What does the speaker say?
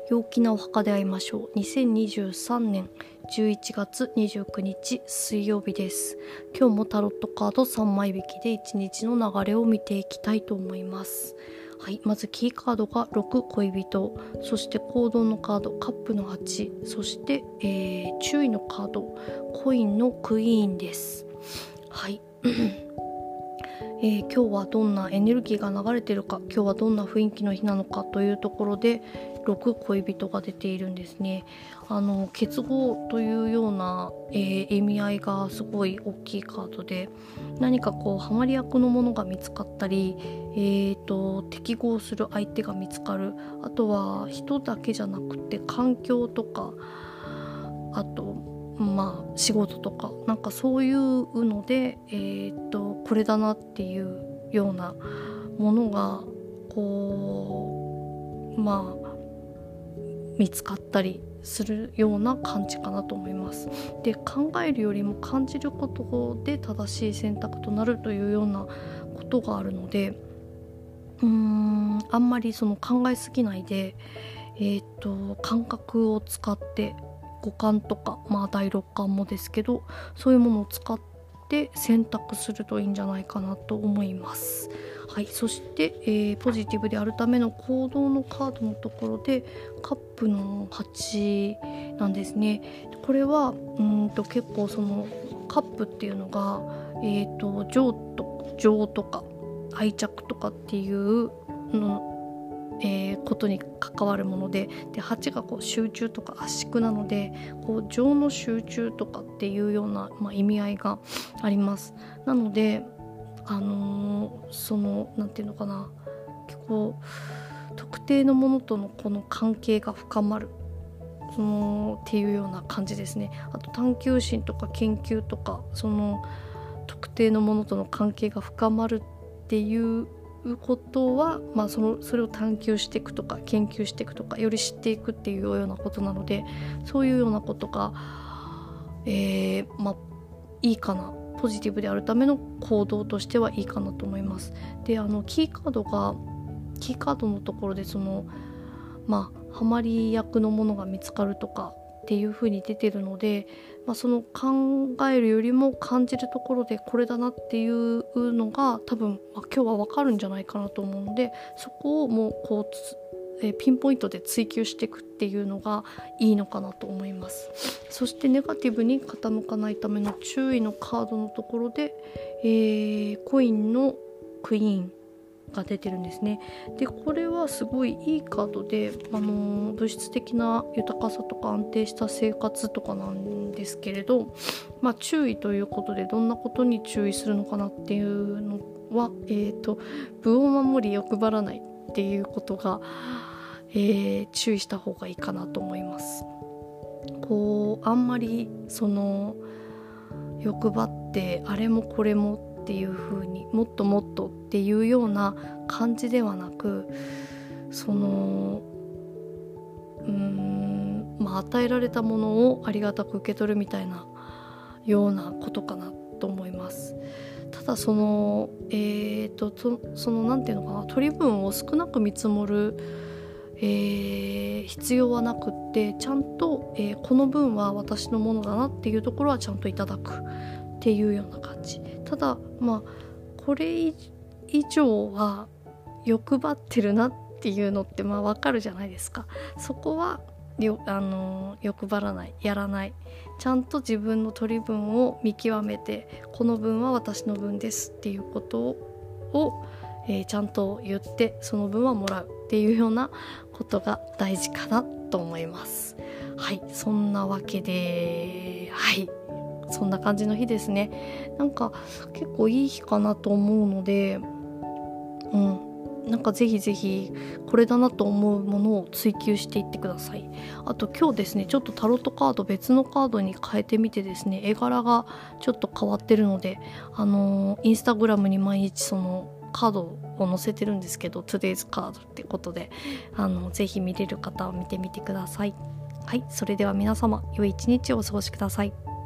陽気なお墓で会いましょう。2023年11月29日水曜日です。今日もタロットカード3枚引きで1日の流れを見ていきたいと思います。はい、まずキーカードが6恋人、そして行動のカードカップの8、そして、注意のカードコインのクイーンです。はい今日はどんなエネルギーが流れているか、今日はどんな雰囲気の日なのかというところで6恋人が出ているんですね。結合というような、意味合いがすごい大きいカードで、何かハマり役のものが見つかったり、適合する相手が見つかる、あとは人だけじゃなくて環境とか、あと仕事とかなんかそういうので、これだなっていうようなものが見つかったりするような感じかなと思います。で、考えるよりも感じることで正しい選択となるというようなことがあるので、あんまり考えすぎないで、感覚を使って五感とか、第六感もですけど、そういうものを使って選択するといいんじゃないかなと思います。はい、そして、ポジティブであるための行動のカードのところでカップの8なんですね。これは結構カップっていうのが、情とか愛着とかっていうのことに関わるもので、8が集中とか圧縮なので、情の集中とかっていうような、意味合いがあります。なのでなんていうのかな、結構特定のものとのこの関係が深まるっていうような感じですね。あと探求心とか研究とか、特定のものとの関係が深まるっていうことは、それを探求していくとか研究していくとかより知っていくっていうようなことなので、そういうようなことが、いいかな、ポジティブであるための行動としてはいいかなと思います。で、キーカードのところでハマり役のものが見つかるとかっていう風に出てるので、考えるよりも感じるところでこれだなっていうのが多分、今日は分かるんじゃないかなと思うので、そこをもうピンポイントで追求していくっていうのがいいのかなと思います。そしてネガティブに傾かないための注意のカードのところで、コインのクイーンが出てるんですね。で、これはすごいいいカードで、物質的な豊かさとか安定した生活とかなんですけれど、注意ということでどんなことに注意するのかなっていうのは、分を守り欲張らないっていうことが、注意した方がいいかなと思います。あんまり欲張ってあれもこれもっていう風にもっともっとっていうような感じではなく、与えられたものをありがたく受け取るみたいなようなことかなと思います。ただなんていうのかな、取り分を少なく見積もる、必要はなくって、ちゃんと、この分は私のものだなっていうところはちゃんといただくっていうような感じ。ただこれ以上は欲張ってるなっていうのって分かるじゃないですか。そこは欲張らない、やらない、ちゃんと自分の取り分を見極めて、この分は私の分ですっていうことを、ちゃんと言って、その分はもらうっていうようなことが大事かなと思います。はい、そんなわけで、そんな感じの日ですね。なんか結構いい日かなと思うので、なんかぜひぜひこれだなと思うものを追求していってください。あと今日ですね、ちょっとタロットカード別のカードに変えてみてですね、絵柄がちょっと変わってるので、インスタグラムに毎日カードを載せてるんですけど、 Today's カードってことで、ぜひ見れる方は見てみてください。はい、それでは皆様良い一日をお過ごしください。